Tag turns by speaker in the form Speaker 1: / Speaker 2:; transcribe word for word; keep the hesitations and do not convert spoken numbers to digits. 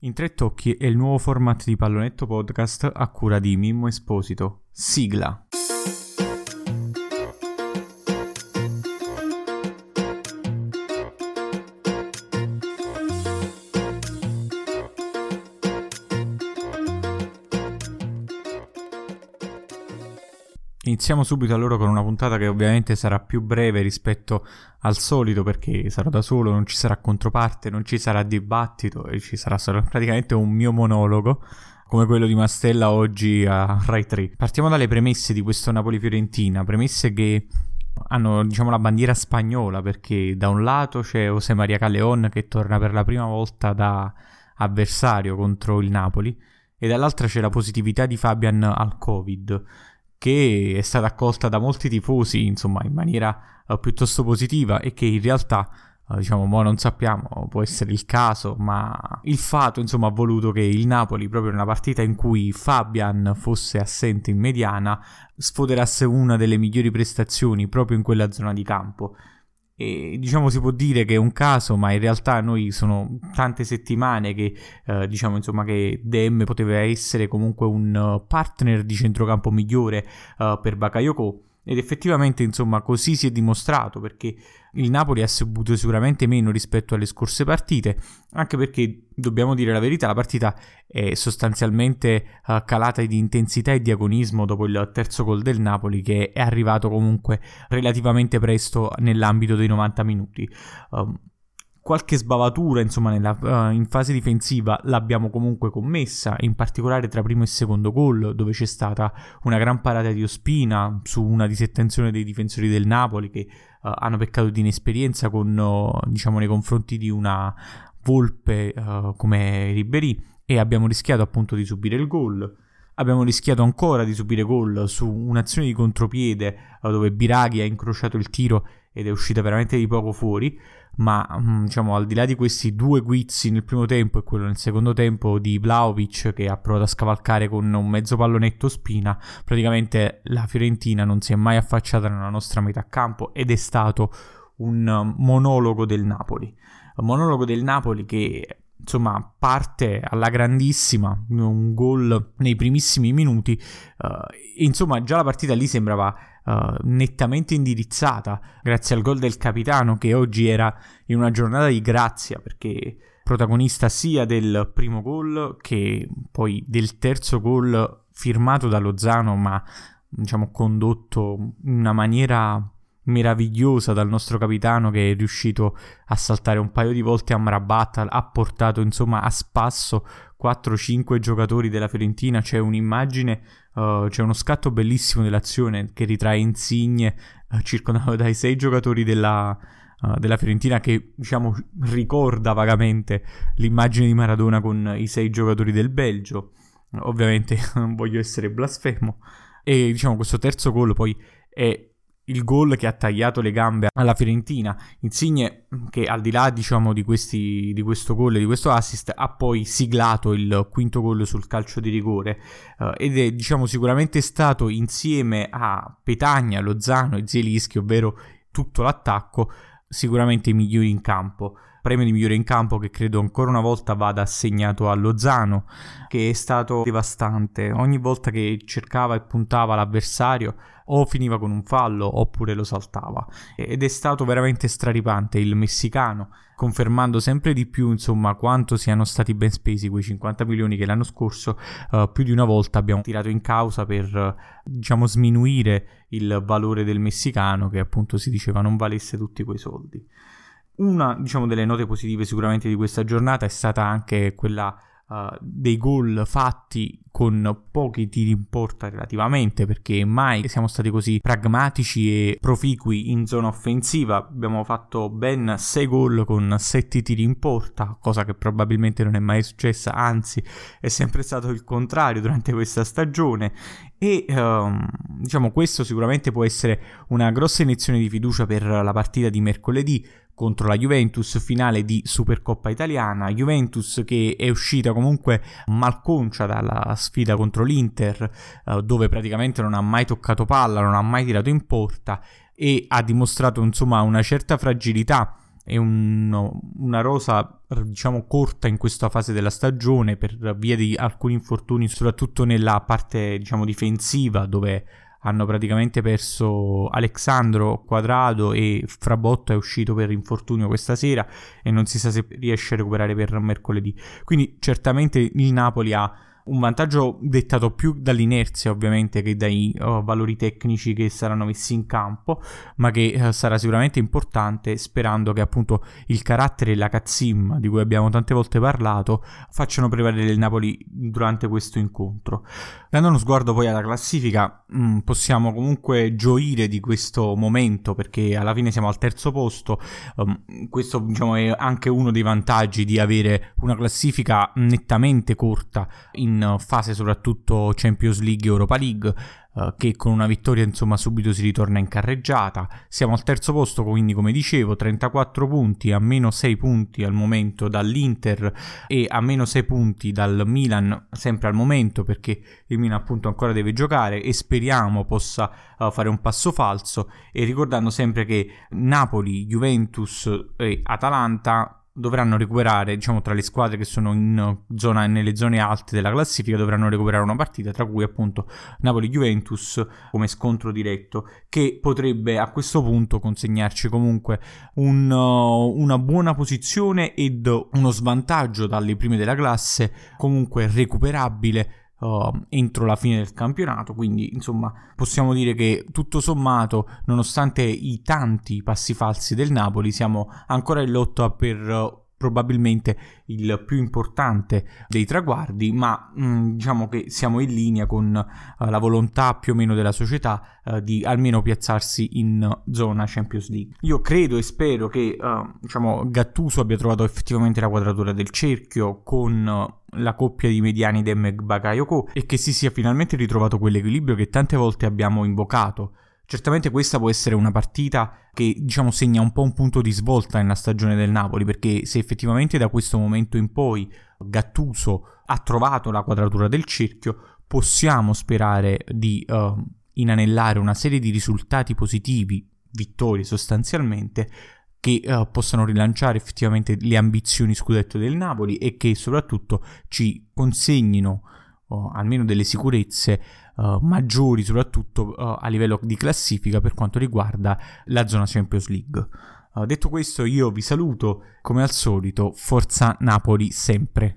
Speaker 1: In tre tocchi è il nuovo format di Pallonetto Podcast a cura di Mimmo Esposito. Sigla. Iniziamo subito allora con una puntata che ovviamente sarà più breve rispetto al solito perché sarò da solo, non ci sarà controparte, non ci sarà dibattito e ci sarà solo praticamente un mio monologo come quello di Mastella oggi a Rai tre. Partiamo dalle premesse di questo Napoli-Fiorentina, premesse che hanno diciamo la bandiera spagnola perché da un lato c'è José María Callejon che torna per la prima volta da avversario contro il Napoli e dall'altra c'è la positività di Fabian al Covid, che è stata accolta da molti tifosi, insomma, in maniera uh, piuttosto positiva e che in realtà, uh, diciamo, mo non sappiamo, può essere il caso, ma il fatto, insomma, ha voluto che il Napoli, proprio nella partita in cui Fabian fosse assente in mediana, sfoderasse una delle migliori prestazioni proprio in quella zona di campo. E diciamo si può dire che è un caso, ma in realtà noi sono tante settimane che eh, diciamo insomma che D M poteva essere comunque un uh, partner di centrocampo migliore uh, per Bakayoko ed effettivamente insomma così si è dimostrato perché il Napoli ha subito sicuramente meno rispetto alle scorse partite, anche perché dobbiamo dire la verità, la partita è sostanzialmente uh, calata di intensità e di agonismo dopo il terzo gol del Napoli che è arrivato comunque relativamente presto nell'ambito dei novanta minuti. Um, Qualche sbavatura, insomma, nella, uh, in fase difensiva l'abbiamo comunque commessa, in particolare tra primo e secondo gol, dove c'è stata una gran parata di Ospina su una disattenzione dei difensori del Napoli che uh, hanno peccato di inesperienza con, uh, diciamo, nei confronti di una volpe uh, come Ribéry e abbiamo rischiato appunto di subire il gol. Abbiamo rischiato ancora di subire gol su un'azione di contropiede uh, dove Biraghi ha incrociato il tiro ed è uscita veramente di poco fuori, ma diciamo al di là di questi due guizzi nel primo tempo e quello nel secondo tempo di Vlahovic che ha provato a scavalcare con un mezzo pallonetto Ospina, praticamente la Fiorentina non si è mai affacciata nella nostra metà campo ed è stato un monologo del Napoli, un monologo del Napoli che insomma parte alla grandissima, un gol nei primissimi minuti, uh, e insomma già la partita lì sembrava uh, nettamente indirizzata grazie al gol del capitano che oggi era in una giornata di grazia perché protagonista sia del primo gol che poi del terzo gol firmato da Lozano ma diciamo condotto in una maniera meravigliosa dal nostro capitano che è riuscito a saltare un paio di volte a Amrabat, ha portato insomma a spasso quattro cinque giocatori della Fiorentina. C'è un'immagine, uh, c'è uno scatto bellissimo dell'azione che ritrae Insigne uh, circondato dai sei giocatori della, uh, della Fiorentina che diciamo ricorda vagamente l'immagine di Maradona con i sei giocatori del Belgio. Ovviamente non voglio essere blasfemo e diciamo questo terzo gol poi è il gol che ha tagliato le gambe alla Fiorentina. Insigne che al di là diciamo di questi di questo gol e di questo assist ha poi siglato il quinto gol sul calcio di rigore uh, ed è diciamo sicuramente stato insieme a Petagna, Lozano e Zielinski, ovvero tutto l'attacco, sicuramente i migliori in campo. Premio di migliore in campo che credo ancora una volta vada assegnato a Lozano, che è stato devastante. Ogni volta che cercava e puntava l'avversario o finiva con un fallo oppure lo saltava ed è stato veramente straripante il messicano, confermando sempre di più insomma quanto siano stati ben spesi quei cinquanta milioni che l'anno scorso uh, più di una volta abbiamo tirato in causa per uh, diciamo sminuire il valore del messicano che appunto si diceva non valesse tutti quei soldi. Una diciamo delle note positive sicuramente di questa giornata è stata anche quella uh, dei gol fatti con pochi tiri in porta relativamente, perché mai siamo stati così pragmatici e proficui in zona offensiva. Abbiamo fatto ben sei gol con sette tiri in porta, cosa che probabilmente non è mai successa, anzi è sempre stato il contrario durante questa stagione e um, diciamo questo sicuramente può essere una grossa iniezione di fiducia per la partita di mercoledì contro la Juventus, finale di Supercoppa italiana. Juventus che è uscita comunque malconcia dalla sfida contro l'Inter, eh, dove praticamente non ha mai toccato palla, non ha mai tirato in porta e ha dimostrato insomma una certa fragilità è un, una rosa diciamo corta in questa fase della stagione per via di alcuni infortuni, soprattutto nella parte diciamo difensiva, dove hanno praticamente perso Alexandro, Quadrado, e Frabotto è uscito per infortunio questa sera e non si sa se riesce a recuperare per mercoledì. Quindi certamente il Napoli ha un vantaggio dettato più dall'inerzia ovviamente che dai uh, valori tecnici che saranno messi in campo, ma che uh, sarà sicuramente importante, sperando che appunto il carattere e la cazzimma di cui abbiamo tante volte parlato facciano prevalere il Napoli durante questo incontro. Dando uno sguardo poi alla classifica, mh, possiamo comunque gioire di questo momento, perché alla fine siamo al terzo posto. Um, questo diciamo è anche uno dei vantaggi di avere una classifica nettamente corta in in fase soprattutto Champions League e Europa League, eh, che con una vittoria insomma subito si ritorna in carreggiata. Siamo al terzo posto, quindi come dicevo trentaquattro punti, a meno sei punti al momento dall'Inter e a meno sei punti dal Milan, sempre al momento, perché il Milan appunto ancora deve giocare e speriamo possa uh, fare un passo falso, e ricordando sempre che Napoli, Juventus e Atalanta dovranno recuperare, diciamo tra le squadre che sono in zona, nelle zone alte della classifica, dovranno recuperare una partita, tra cui appunto Napoli-Juventus come scontro diretto, che potrebbe a questo punto consegnarci comunque un, uh, una buona posizione ed uno svantaggio dalle prime della classe comunque recuperabile Uh, entro la fine del campionato. Quindi insomma possiamo dire che tutto sommato, nonostante i tanti passi falsi del Napoli, siamo ancora in lotta per uh, probabilmente il più importante dei traguardi, ma mh, diciamo che siamo in linea con uh, la volontà più o meno della società uh, di almeno piazzarsi in uh, zona Champions League. Io credo e spero che uh, diciamo Gattuso abbia trovato effettivamente la quadratura del cerchio con uh, la coppia di mediani Dem e Bakayoko, e che si sia finalmente ritrovato quell'equilibrio che tante volte abbiamo invocato. Certamente questa può essere una partita che diciamo segna un po' un punto di svolta nella stagione del Napoli, perché se effettivamente da questo momento in poi Gattuso ha trovato la quadratura del cerchio, possiamo sperare di uh, inanellare una serie di risultati positivi, vittorie sostanzialmente, che uh, possano rilanciare effettivamente le ambizioni scudetto del Napoli e che soprattutto ci consegnino uh, almeno delle sicurezze uh, maggiori, soprattutto uh, a livello di classifica per quanto riguarda la zona Champions League. Uh, detto questo, io vi saluto, come al solito, Forza Napoli sempre!